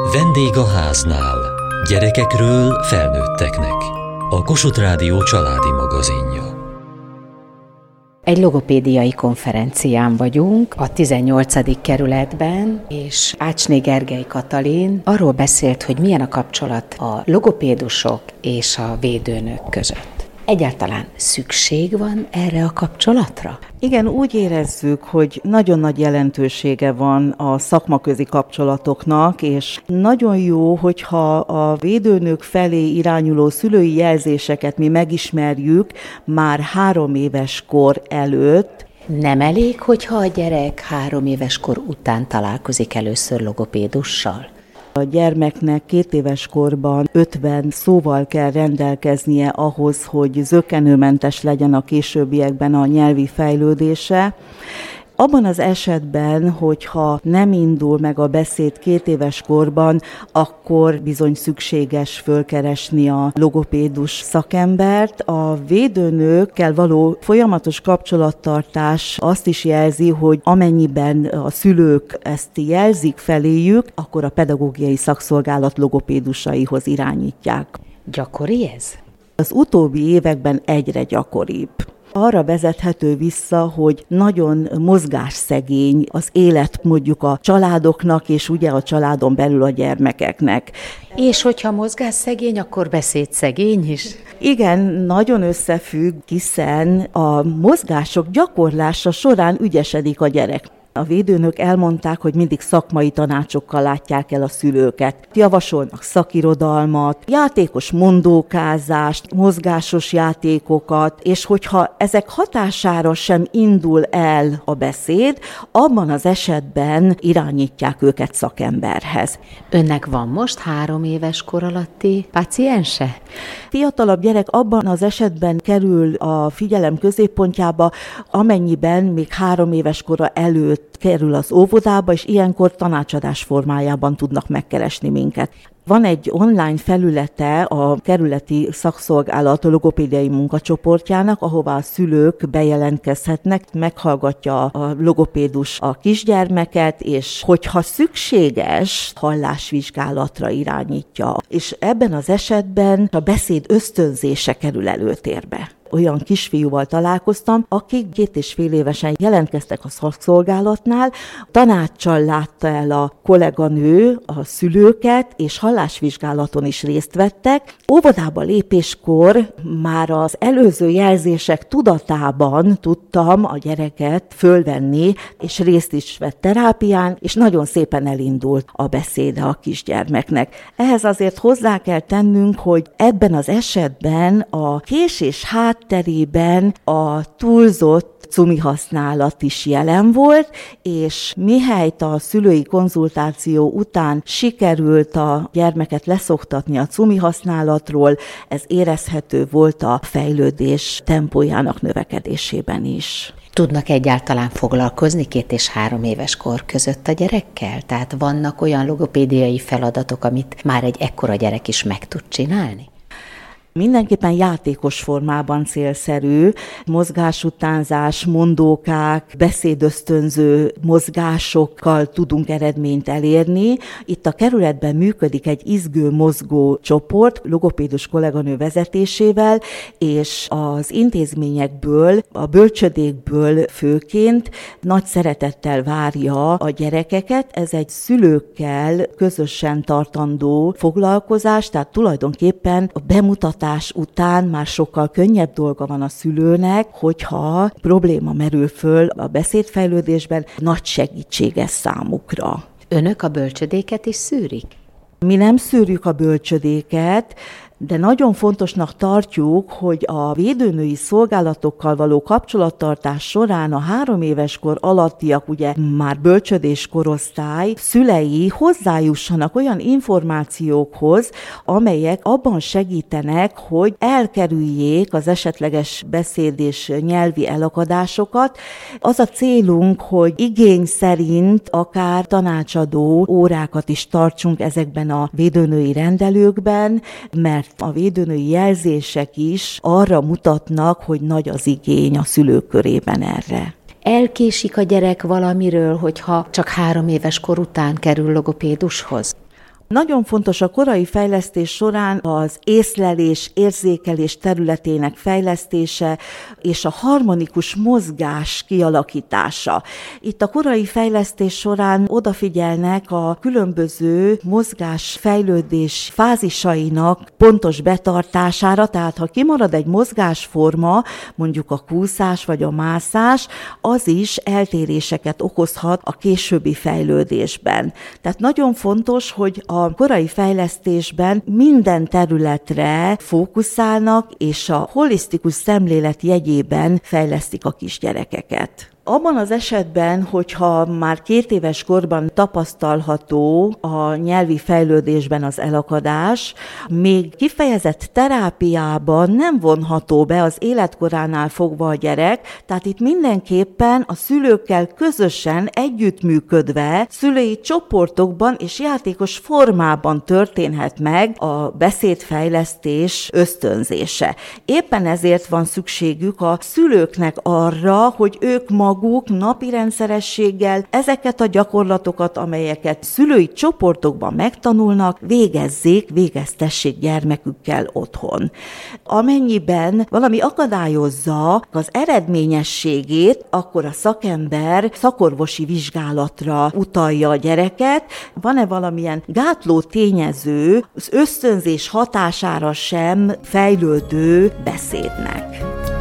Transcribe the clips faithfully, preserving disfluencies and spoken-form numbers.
Vendég a háznál. Gyerekekről felnőtteknek. A Kossuth Rádió családi magazinja. Egy logopédiai konferencián vagyunk a tizennyolcadik kerületben, és Ácsné Gergely Katalin arról beszélt, hogy milyen a kapcsolat a logopédusok és a védőnök között. Egyáltalán szükség van erre a kapcsolatra? Igen, úgy érezzük, hogy nagyon nagy jelentősége van a szakmaközi kapcsolatoknak, és nagyon jó, hogyha a védőnök felé irányuló szülői jelzéseket mi megismerjük már három éves kor előtt. Nem elég, hogyha a gyerek három éves kor után találkozik először logopédussal? A gyermeknek két éves korban ötven szóval kell rendelkeznie ahhoz, hogy zökkenőmentes legyen a későbbiekben a nyelvi fejlődése. Abban az esetben, hogyha nem indul meg a beszéd két éves korban, akkor bizony szükséges fölkeresni a logopédus szakembert. A védőnőkkel való folyamatos kapcsolattartás azt is jelzi, hogy amennyiben a szülők ezt jelzik feléjük, akkor a pedagógiai szakszolgálat logopédusaihoz irányítják. Gyakori ez? Az utóbbi években egyre gyakoribb. Arra vezethető vissza, hogy nagyon mozgásszegény az élet mondjuk a családoknak, és ugye a családon belül a gyermekeknek. És hogyha mozgásszegény, akkor beszédszegény is? Igen, nagyon összefügg, hiszen a mozgások gyakorlása során ügyesedik a gyerek. A védőnök elmondták, hogy mindig szakmai tanácsokkal látják el a szülőket. Javasolnak szakirodalmat, játékos mondókázást, mozgásos játékokat, és hogyha ezek hatására sem indul el a beszéd, abban az esetben irányítják őket szakemberhez. Önnek van most három éves kor alatti paciense? Fiatalabb gyerek abban az esetben kerül a figyelem középpontjába, amennyiben még három éves kora előtt kerül az óvodába, és ilyenkor tanácsadás formájában tudnak megkeresni minket. Van egy online felülete a kerületi szakszolgálat logopédiai munkacsoportjának, ahová a szülők bejelentkezhetnek, meghallgatja a logopédus a kisgyermeket, és hogyha szükséges, hallásvizsgálatra irányítja. És ebben az esetben a beszéd ösztönzése kerül előtérbe. Olyan kisfiúval találkoztam, akik két és fél évesen jelentkeztek a szakszolgálatnál, tanáccsal látta el a kolléganő a szülőket, és hallásvizsgálaton is részt vettek. Óvodába lépéskor már az előző jelzések tudatában tudtam a gyereket fölvenni, és részt is vett terápián, és nagyon szépen elindult a beszéde a kisgyermeknek. Ehhez azért hozzá kell tennünk, hogy ebben az esetben a késés hát terében a túlzott cumi használat is jelen volt, és mihelyt a szülői konzultáció után sikerült a gyermeket leszoktatni a cumi használatról, ez érezhető volt a fejlődés tempójának növekedésében is. Tudnak egyáltalán foglalkozni két és három éves kor között a gyerekkel? Tehát vannak olyan logopédiai feladatok, amit már egy ekkora gyerek is meg tud csinálni? Mindenképpen játékos formában célszerű, mozgásutánzás, mondókák, beszédösztönző mozgásokkal tudunk eredményt elérni. Itt a kerületben működik egy izgő-mozgó csoport, logopédus kolléganő vezetésével, és az intézményekből, a bölcsödékből főként nagy szeretettel várja a gyerekeket. Ez egy szülőkkel közösen tartandó foglalkozás, tehát tulajdonképpen a bemutatás után már sokkal könnyebb dolga van a szülőnek, hogyha probléma merül föl a beszédfejlődésben, nagy segítség ez számukra. Önök a bölcsödéket is szűrik? Mi nem szűrjük a bölcsödéket, de nagyon fontosnak tartjuk, hogy a védőnői szolgálatokkal való kapcsolattartás során a három éves kor alattiak, ugye már bölcsödés korosztály, szülei hozzájussanak olyan információkhoz, amelyek abban segítenek, hogy elkerüljék az esetleges beszéd és nyelvi elakadásokat. Az a célunk, hogy igény szerint akár tanácsadó órákat is tartsunk ezekben a védőnői rendelőkben, mert a védőnői jelzések is arra mutatnak, hogy nagy az igény a szülők körében erre. Elkésik a gyerek valamiről, hogyha csak három éves kor után kerül logopédushoz? Nagyon fontos a korai fejlesztés során az észlelés, érzékelés területének fejlesztése és a harmonikus mozgás kialakítása. Itt a korai fejlesztés során odafigyelnek a különböző mozgásfejlődés fázisainak pontos betartására, tehát ha kimarad egy mozgásforma, mondjuk a kúszás vagy a mászás, az is eltéréseket okozhat a későbbi fejlődésben. Tehát nagyon fontos, hogy a korai fejlesztésben minden területre fókuszálnak, és a holisztikus szemlélet jegyében fejlesztik a kisgyerekeket. Abban az esetben, hogyha már két éves korban tapasztalható a nyelvi fejlődésben az elakadás, még kifejezett terápiában nem vonható be az életkoránál fogva a gyerek, tehát itt mindenképpen a szülőkkel közösen együttműködve, szülői csoportokban és játékos formában történhet meg a beszédfejlesztés ösztönzése. Éppen ezért van szükségük a szülőknek arra, hogy ők maguk maguk napi rendszerességgel ezeket a gyakorlatokat, amelyeket szülői csoportokban megtanulnak, végezzék, végeztessék gyermekükkel otthon. Amennyiben valami akadályozza az eredményességét, akkor a szakember szakorvosi vizsgálatra utalja a gyereket. Van-e valamilyen gátló tényező az ösztönzés hatására sem fejlődő beszédnek?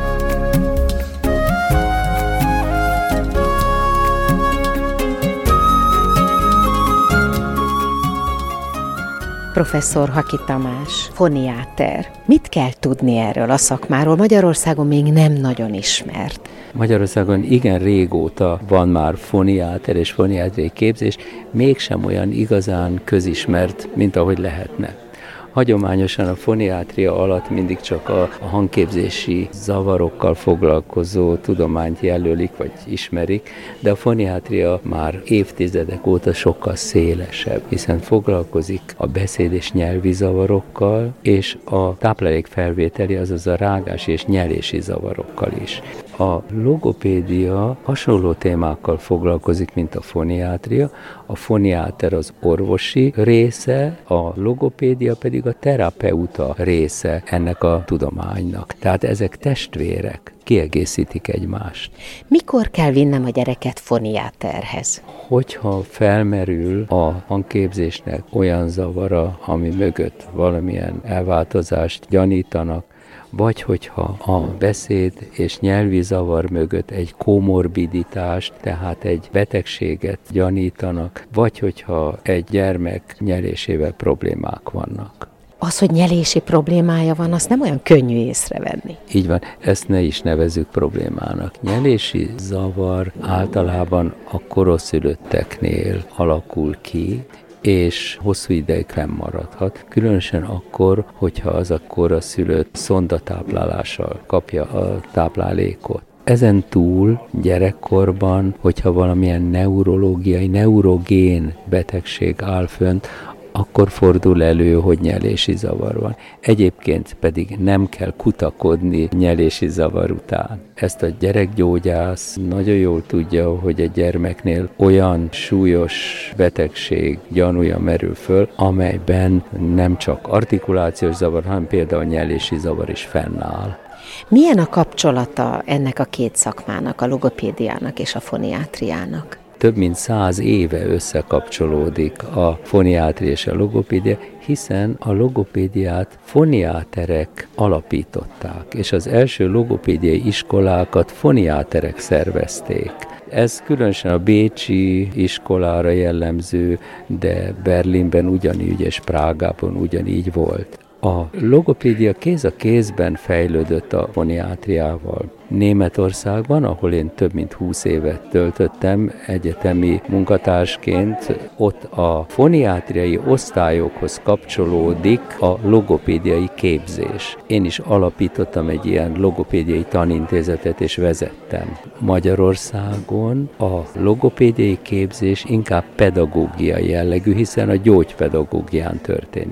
Professzor Haki Tamás, foniáter. Mit kell tudni erről a szakmáról? Magyarországon még nem nagyon ismert. Magyarországon igen régóta van már foniáter és foniátriai képzés, mégsem olyan igazán közismert, mint ahogy lehetne. Hagyományosan a foniátria alatt mindig csak a, a hangképzési zavarokkal foglalkozó tudományt jelölik, vagy ismerik, de a foniátria már évtizedek óta sokkal szélesebb, hiszen foglalkozik a beszéd és nyelvi zavarokkal, és a táplálékfelvételi, azaz a rágás és nyelési zavarokkal is. A logopédia hasonló témákkal foglalkozik, mint a foniátria. A foniáter az orvosi része, a logopédia pedig a terapeuta része ennek a tudománynak. Tehát ezek testvérek, kiegészítik egymást. Mikor kell vinnem a gyereket foniáterhez? Hogyha felmerül a hangképzésnek olyan zavara, ami mögött valamilyen elváltozást gyanítanak, vagy hogyha a beszéd és nyelvi zavar mögött egy komorbiditást, tehát egy betegséget gyanítanak, vagy hogyha egy gyermek nyelésével problémák vannak. Az, hogy nyelési problémája van, azt nem olyan könnyű észrevenni. Így van, ezt ne is nevezzük problémának. Nyelési zavar általában a koraszülötteknél alakul ki, és hosszú ideig fennmaradhat, különösen akkor, hogyha az a koraszülött szondatáplálással kapja a táplálékot. Ezen túl gyerekkorban, hogyha valamilyen neurológiai, neurogén betegség áll fönt, akkor fordul elő, hogy nyelési zavar van. Egyébként pedig nem kell kutakodni nyelési zavar után. Ezt a gyerekgyógyász nagyon jól tudja, hogy egy gyermeknél olyan súlyos betegség gyanúja merül föl, amelyben nem csak artikulációs zavar, hanem például nyelési zavar is fennáll. Milyen a kapcsolata ennek a két szakmának, a logopédiának és a foniátriának? Több mint száz éve összekapcsolódik a foniátria és a logopédia, hiszen a logopédiát foniáterek alapították, és az első logopédiai iskolákat foniáterek szervezték. Ez különösen a bécsi iskolára jellemző, de Berlinben ugyanígy és Prágában ugyanígy volt. A logopédia kéz a kézben fejlődött a foniátriával. Németországban, ahol én több mint húsz évet töltöttem egyetemi munkatársként, ott a foniátriai osztályokhoz kapcsolódik a logopédiai képzés. Én is alapítottam egy ilyen logopédiai tanintézetet és vezettem. Magyarországon a logopédiai képzés inkább pedagógiai jellegű, hiszen a gyógypedagógián történik.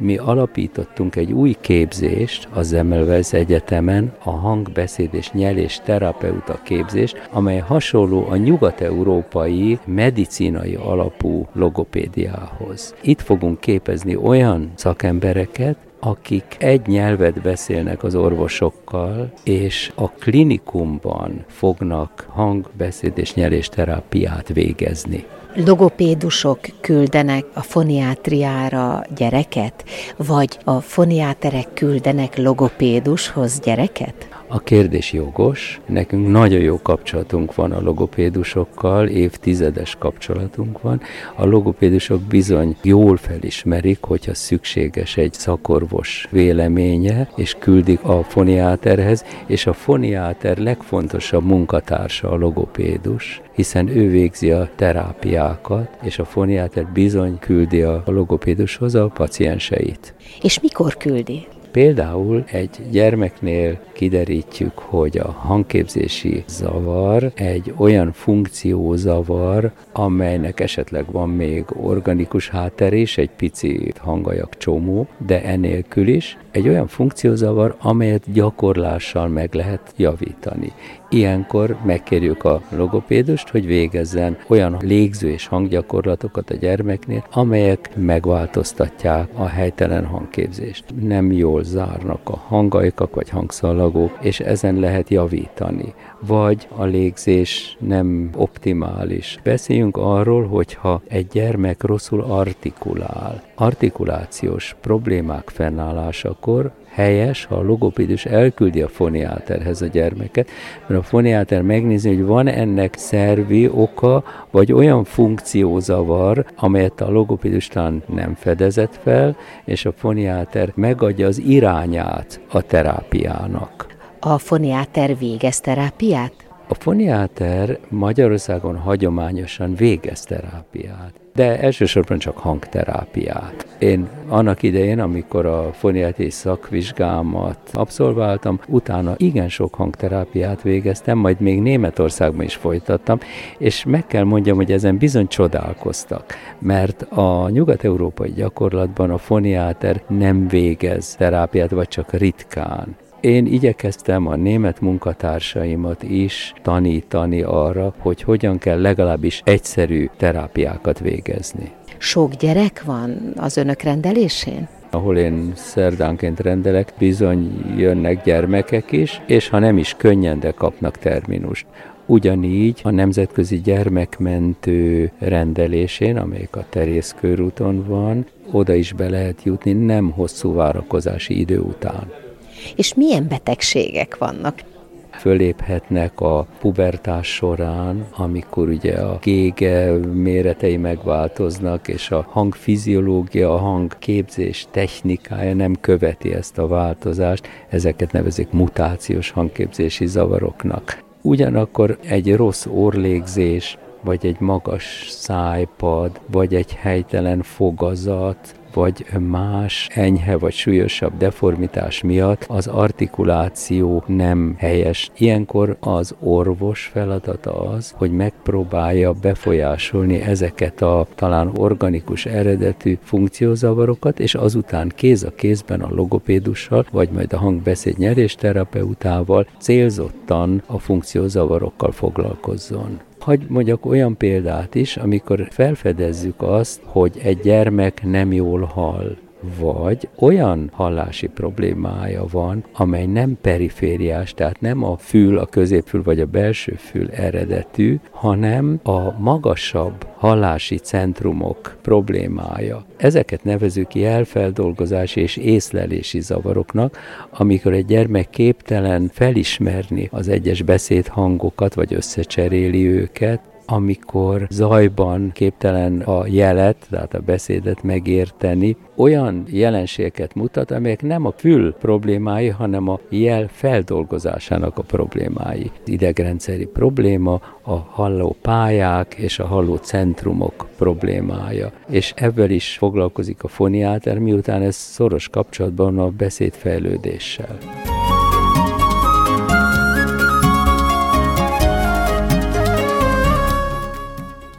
mi alapítottunk egy új képzést a Semmelweis Egyetemen, a hangbeszéd és nyelés terapeuta képzést, amely hasonló a nyugat-európai medicinai alapú logopédiához. Itt fogunk képezni olyan szakembereket, akik egy nyelvet beszélnek az orvosokkal, és a klinikumban fognak hangbeszéd és nyelésterápiát végezni. Logopédusok küldenek a foniátriára gyereket, vagy a foniáterek küldenek logopédushoz gyereket? A kérdés jogos, nekünk nagyon jó kapcsolatunk van a logopédusokkal, évtizedes kapcsolatunk van. A logopédusok bizony jól felismerik, hogyha szükséges egy szakorvos véleménye, és küldik a foniáterhez, és a foniáter legfontosabb munkatársa a logopédus, hiszen ő végzi a terápiákat, és a foniáter bizony küldi a logopédushoz a pacienseit. És mikor küldi? Például egy gyermeknél kiderítjük, hogy a hangképzési zavar egy olyan funkciózavar, amelynek esetleg van még organikus háttere is, egy pici hangajak csomó, de enélkül is, egy olyan funkciózavar, amelyet gyakorlással meg lehet javítani. Ilyenkor megkérjük a logopédust, hogy végezzen olyan légző és hanggyakorlatokat a gyermeknél, amelyek megváltoztatják a helytelen hangképzést. Nem jól zárnak a hangajkak vagy hangszalagok, és ezen lehet javítani. Vagy a légzés nem optimális. Beszéljünk arról, hogyha egy gyermek rosszul artikulál, artikulációs problémák fennállásakor helyes, ha a logopédus elküldi a foniáterhez a gyermeket, mert a foniáter megnézi, hogy van ennek szervi oka, vagy olyan funkciózavar, amelyet a logopédus talán nem fedezett fel, és a foniáter megadja az irányát a terápiának. A foniáter végez terápiát? A foniáter Magyarországon hagyományosan végez terápiát, de elsősorban csak hangterápiát. Én annak idején, amikor a foniátriai szakvizsgámat abszolváltam, utána igen sok hangterápiát végeztem, majd még Németországban is folytattam, és meg kell mondjam, hogy ezen bizony csodálkoztak, mert a nyugat-európai gyakorlatban a foniáter nem végez terápiát, vagy csak ritkán. Én igyekeztem a német munkatársaimat is tanítani arra, hogy hogyan kell legalábbis egyszerű terápiákat végezni. Sok gyerek van az önök rendelésén? Ahol én szerdánként rendelek, bizony jönnek gyermekek is, és ha nem is könnyen, de kapnak terminust. Ugyanígy a Nemzetközi Gyermekmentő rendelésén, amelyik a Terész körúton van, oda is be lehet jutni nem hosszú várakozási idő után. És milyen betegségek vannak? Föléphetnek a pubertás során, amikor ugye a gége méretei megváltoznak, és a hangfiziológia, a hangképzés technikája nem követi ezt a változást, ezeket nevezik mutációs hangképzési zavaroknak. Ugyanakkor egy rossz orrlégzés, vagy egy magas szájpad, vagy egy helytelen fogazat, vagy más enyhe vagy súlyosabb deformitás miatt az artikuláció nem helyes. Ilyenkor az orvos feladata az, hogy megpróbálja befolyásolni ezeket a talán organikus eredetű funkciózavarokat, és azután kéz a kézben a logopédussal, vagy majd a hangbeszéd nyelésterapeutával célzottan a funkciózavarokkal foglalkozzon. Hagy mondjak olyan példát is, amikor felfedezzük azt, hogy egy gyermek nem jól hall, vagy olyan hallási problémája van, amely nem perifériás, tehát nem a fül, a középfül vagy a belső fül eredetű, hanem a magasabb hallási centrumok problémája. Ezeket nevezzük jelfeldolgozási és észlelési zavaroknak, amikor egy gyermek képtelen felismerni az egyes beszédhangokat, vagy összecseréli őket, amikor zajban képtelen a jelet, tehát a beszédet megérteni, olyan jelenségeket mutat, amelyek nem a fül problémái, hanem a jel feldolgozásának a problémái. Idegrendszeri probléma, a halló pályák és a halló centrumok problémája. És ebben is foglalkozik a foniáter, miután ez szoros kapcsolatban a beszédfejlődéssel.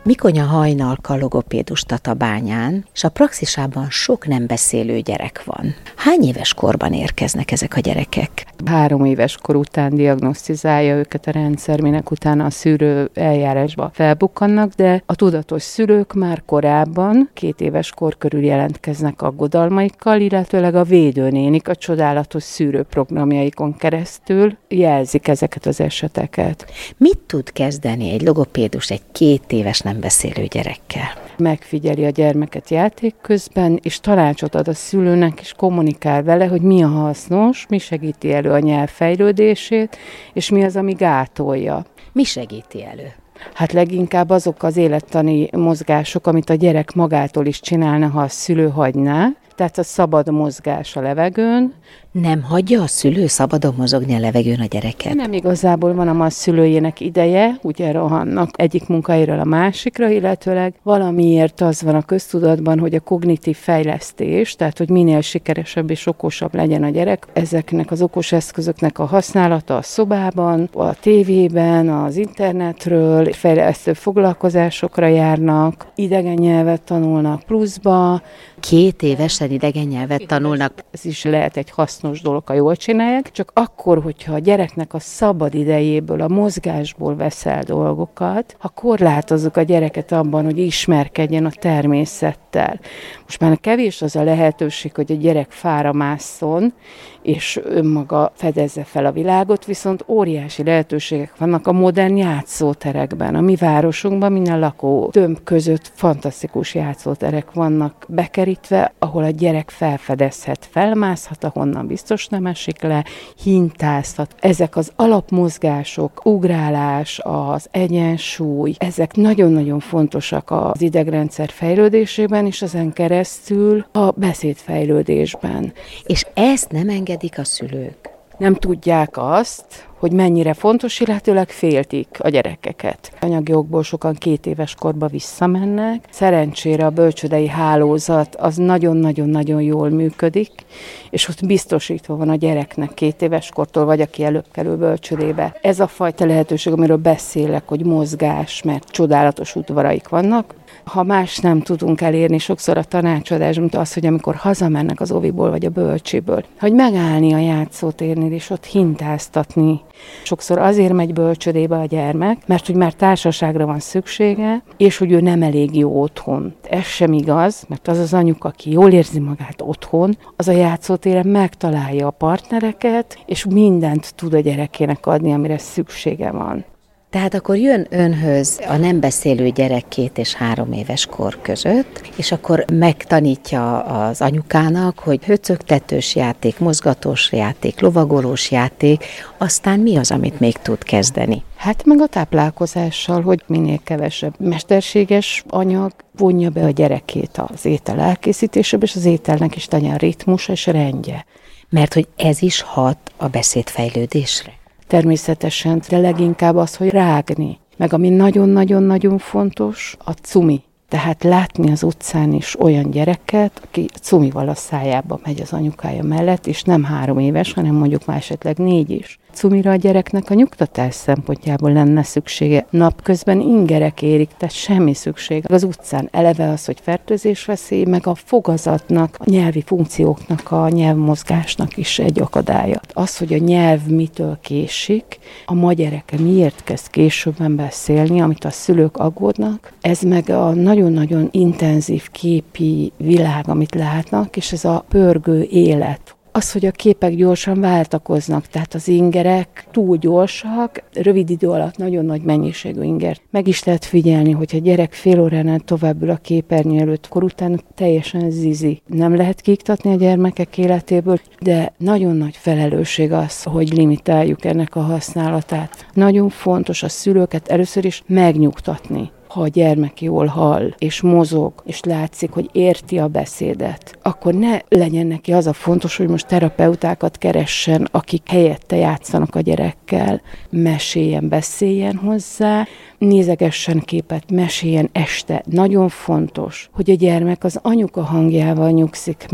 Mikonya Hajnalka logopédus Tatabányán, és a praxisában sok nem beszélő gyerek van. Hány éves korban érkeznek ezek a gyerekek? Három éves kor után diagnosztizálja őket a rendszer, minek utána a szűrő eljárásba felbukkannak, de a tudatos szülők már korábban, két éves kor körül jelentkeznek aggodalmaikkal, illetőleg a védőnénik a csodálatos szűrőprogramjaikon keresztül jelzik ezeket az eseteket. Mit tud kezdeni egy logopédus egy két éves nem beszélő gyerekkel? Megfigyeli a gyermeket játék közben, és tanácsot ad a szülőnek, és kommunikál vele, hogy mi a hasznos, mi segíti elő a nyelv fejlődését, és mi az, ami gátolja. Mi segíti elő? Hát leginkább azok az élettani mozgások, amit a gyerek magától is csinálna, ha a szülő hagyná, tehát a szabad mozgás a levegőn. Nem hagyja a szülő szabadon mozogni a levegőn a gyereket? Nem igazából van a szülőjének ideje, ugye rohannak egyik munkahelyről a másikra, illetőleg valamiért az van a köztudatban, hogy a kognitív fejlesztés, tehát hogy minél sikeresebb és okosabb legyen a gyerek, ezeknek az okos eszközöknek a használata a szobában, a tévében, az internetről, fejlesztő foglalkozásokra járnak, idegen nyelvet tanulnak pluszba. Két évesen idegen nyelvet tanulnak. Ez is lehet egy hasznos dolog, ha jól csinálják, csak akkor, hogyha a gyereknek a szabad idejéből, a mozgásból veszel dolgokat, ha korlátozzuk a gyereket abban, hogy ismerkedjen a természettel. Most már kevés az a lehetőség, hogy a gyerek fára másszon, és önmaga fedezze fel a világot, viszont óriási lehetőségek vannak a modern játszóterekben. A mi városunkban minden lakó tömb között fantasztikus játszóterek vannak bekerítve, ahol a gyerek felfedezhet, felmászhat, ahonnan biztos nem esik le, hintázhat. Ezek az alapmozgások, ugrálás, az egyensúly, ezek nagyon-nagyon fontosak az idegrendszer fejlődésében, és ezen keresztül a beszédfejlődésben. És ezt nem engedik a szülők? Nem tudják azt, hogy mennyire fontos, illetőleg féltik a gyerekeket. Anyagi okból sokan két éves korba visszamennek. Szerencsére a bölcsődei hálózat az nagyon-nagyon-nagyon jól működik, és ott biztosítva van a gyereknek két éves kortól, vagy aki előbb kerül bölcsődébe. Ez a fajta lehetőség, amiről beszélek, hogy mozgás, mert csodálatos udvaraik vannak. Ha más nem tudunk elérni, sokszor a tanácsadás, mint az, hogy amikor hazamennek az óviból vagy a bölcséből, hogy megállni a játszótérnél és ott hintáztatni. Sokszor azért megy bölcsödébe a gyermek, mert hogy már társaságra van szüksége, és hogy ő nem elég jó otthon. Ez sem igaz, mert az az anyuka, aki jól érzi magát otthon, az a játszótéren megtalálja a partnereket, és mindent tud a gyerekének adni, amire szüksége van. Tehát akkor jön önhöz a nem beszélő gyerek két és három éves kor között, és akkor megtanítja az anyukának, hogy höcögtetős játék, mozgatós játék, lovagolós játék, aztán mi az, amit még tud kezdeni? Hát meg a táplálkozással, hogy minél kevesebb mesterséges anyag vonja be a gyerekét az étel elkészítésébe, és az ételnek is legyen ritmusa és rendje. Mert hogy ez is hat a beszédfejlődésre. Természetesen, de leginkább az, hogy rágni. Meg ami nagyon-nagyon-nagyon fontos, a cumi. Tehát látni az utcán is olyan gyereket, aki cumival a szájába megy az anyukája mellett, és nem három éves, hanem mondjuk már esetleg négy is. Cumira a gyereknek a nyugtatás szempontjából lenne szüksége. Napközben ingerek érik, tehát semmi szükség. Az utcán eleve az, hogy fertőzésveszély, meg a fogazatnak, a nyelvi funkcióknak, a nyelvmozgásnak is egy akadálya. Az, hogy a nyelv mitől késik, a ma gyereke miért kezd későbben beszélni, amit a szülők aggódnak, ez meg a nagyon-nagyon intenzív képi világ, amit látnak, és ez a pörgő élet. Az, hogy a képek gyorsan váltakoznak, tehát az ingerek túl gyorsak, rövid idő alatt nagyon nagy mennyiségű ingert. Meg is lehet figyelni, hogy a gyerek fél óránál tovább ül a képernyő előtt, akkor utána teljesen zizi. Nem lehet kiiktatni a gyermekek életéből, de nagyon nagy felelősség az, hogy limitáljuk ennek a használatát. Nagyon fontos a szülőket először is megnyugtatni. Ha a gyermek jól hall, és mozog, és látszik, hogy érti a beszédet, akkor ne legyen neki az a fontos, hogy most terapeutákat keressen, akik helyette játszanak a gyerekkel, meséljen, beszéljen hozzá, nézegessen képet, meséljen este. Nagyon fontos, hogy a gyermek az anyuka hangjával nyugszik meg,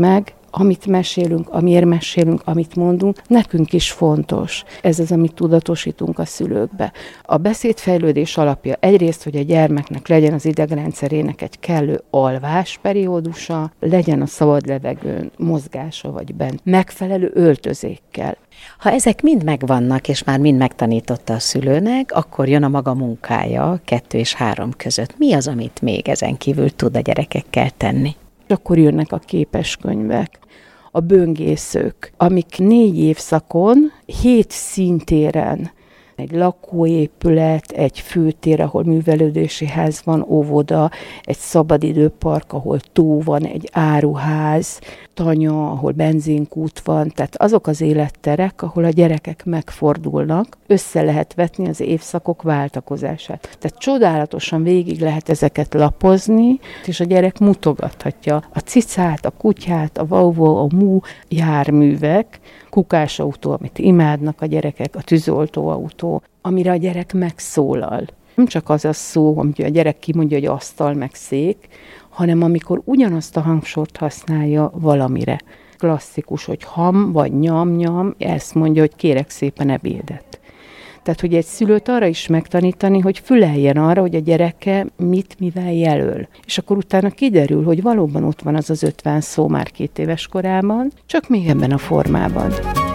amit mesélünk, amiért mesélünk, amit mondunk, nekünk is fontos. Ez az, amit tudatosítunk a szülőkbe. A beszédfejlődés alapja egyrészt, hogy a gyermeknek legyen az idegrendszerének egy kellő alvásperiódusa, legyen a szabad levegőn mozgása vagy bent, megfelelő öltözékkel. Ha ezek mind megvannak, és már mind megtanította a szülőnek, akkor jön a maga munkája kettő és három között. Mi az, amit még ezen kívül tud a gyerekekkel tenni? Akkor jönnek a képeskönyvek, a böngészők, amik négy évszakon, hét szintéren, egy lakóépület, egy főtér, ahol művelődési ház van, óvoda, egy szabadidőpark, ahol tó van, egy áruház, tanya, ahol benzinkút van, tehát azok az életterek, ahol a gyerekek megfordulnak, össze lehet vetni az évszakok váltakozását. Tehát csodálatosan végig lehet ezeket lapozni, és a gyerek mutogathatja a cicát, a kutyát, a vauvó, a mú járművek, kukásautó, amit imádnak a gyerekek, a tűzoltóautó, amire a gyerek megszólal. Nem csak az a szó, amit a gyerek kimondja, hogy asztal meg szék, hanem amikor ugyanazt a hangsort használja valamire. Klasszikus, hogy ham vagy nyam-nyam, ezt mondja, hogy kérek szépen ebédet. Tehát, hogy egy szülőt arra is megtanítani, hogy füleljen arra, hogy a gyereke mit, mivel jelöl. És akkor utána kiderül, hogy valóban ott van az az ötven szó már két éves korában, csak még ebben a formában.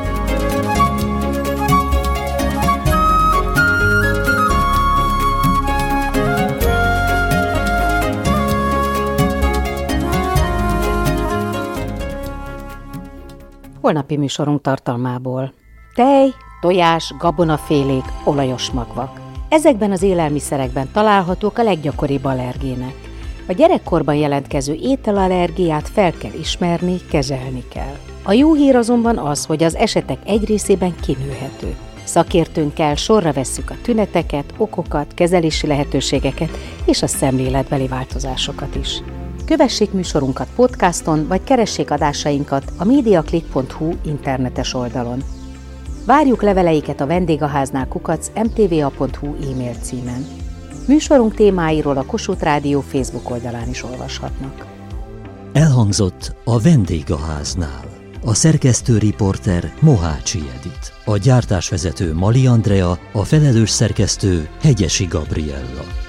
Holnapi műsorunk tartalmából. Tej, tojás, gabonafélék, olajos magvak. Ezekben az élelmiszerekben találhatók a leggyakoribb allergének. A gyerekkorban jelentkező ételallergiát fel kell ismerni, kezelni kell. A jó hír azonban az, hogy az esetek egy részében kinőhető. Szakértőnkkel sorra vesszük a tüneteket, okokat, kezelési lehetőségeket és a szemléletbeli változásokat is. Kövessék műsorunkat podcaston, vagy keressék adásainkat a mediaclick pont hu internetes oldalon. Várjuk leveleiket a vendégháznál kukac em té vé á pont hu e-mail címen. Műsorunk témáiról a Kossuth Rádió Facebook oldalán is olvashatnak. Elhangzott a Vendégháznál. A szerkesztő riporter Mohácsi Edit. A gyártásvezető Mali Andrea, a felelős szerkesztő Hegyesi Gabriella.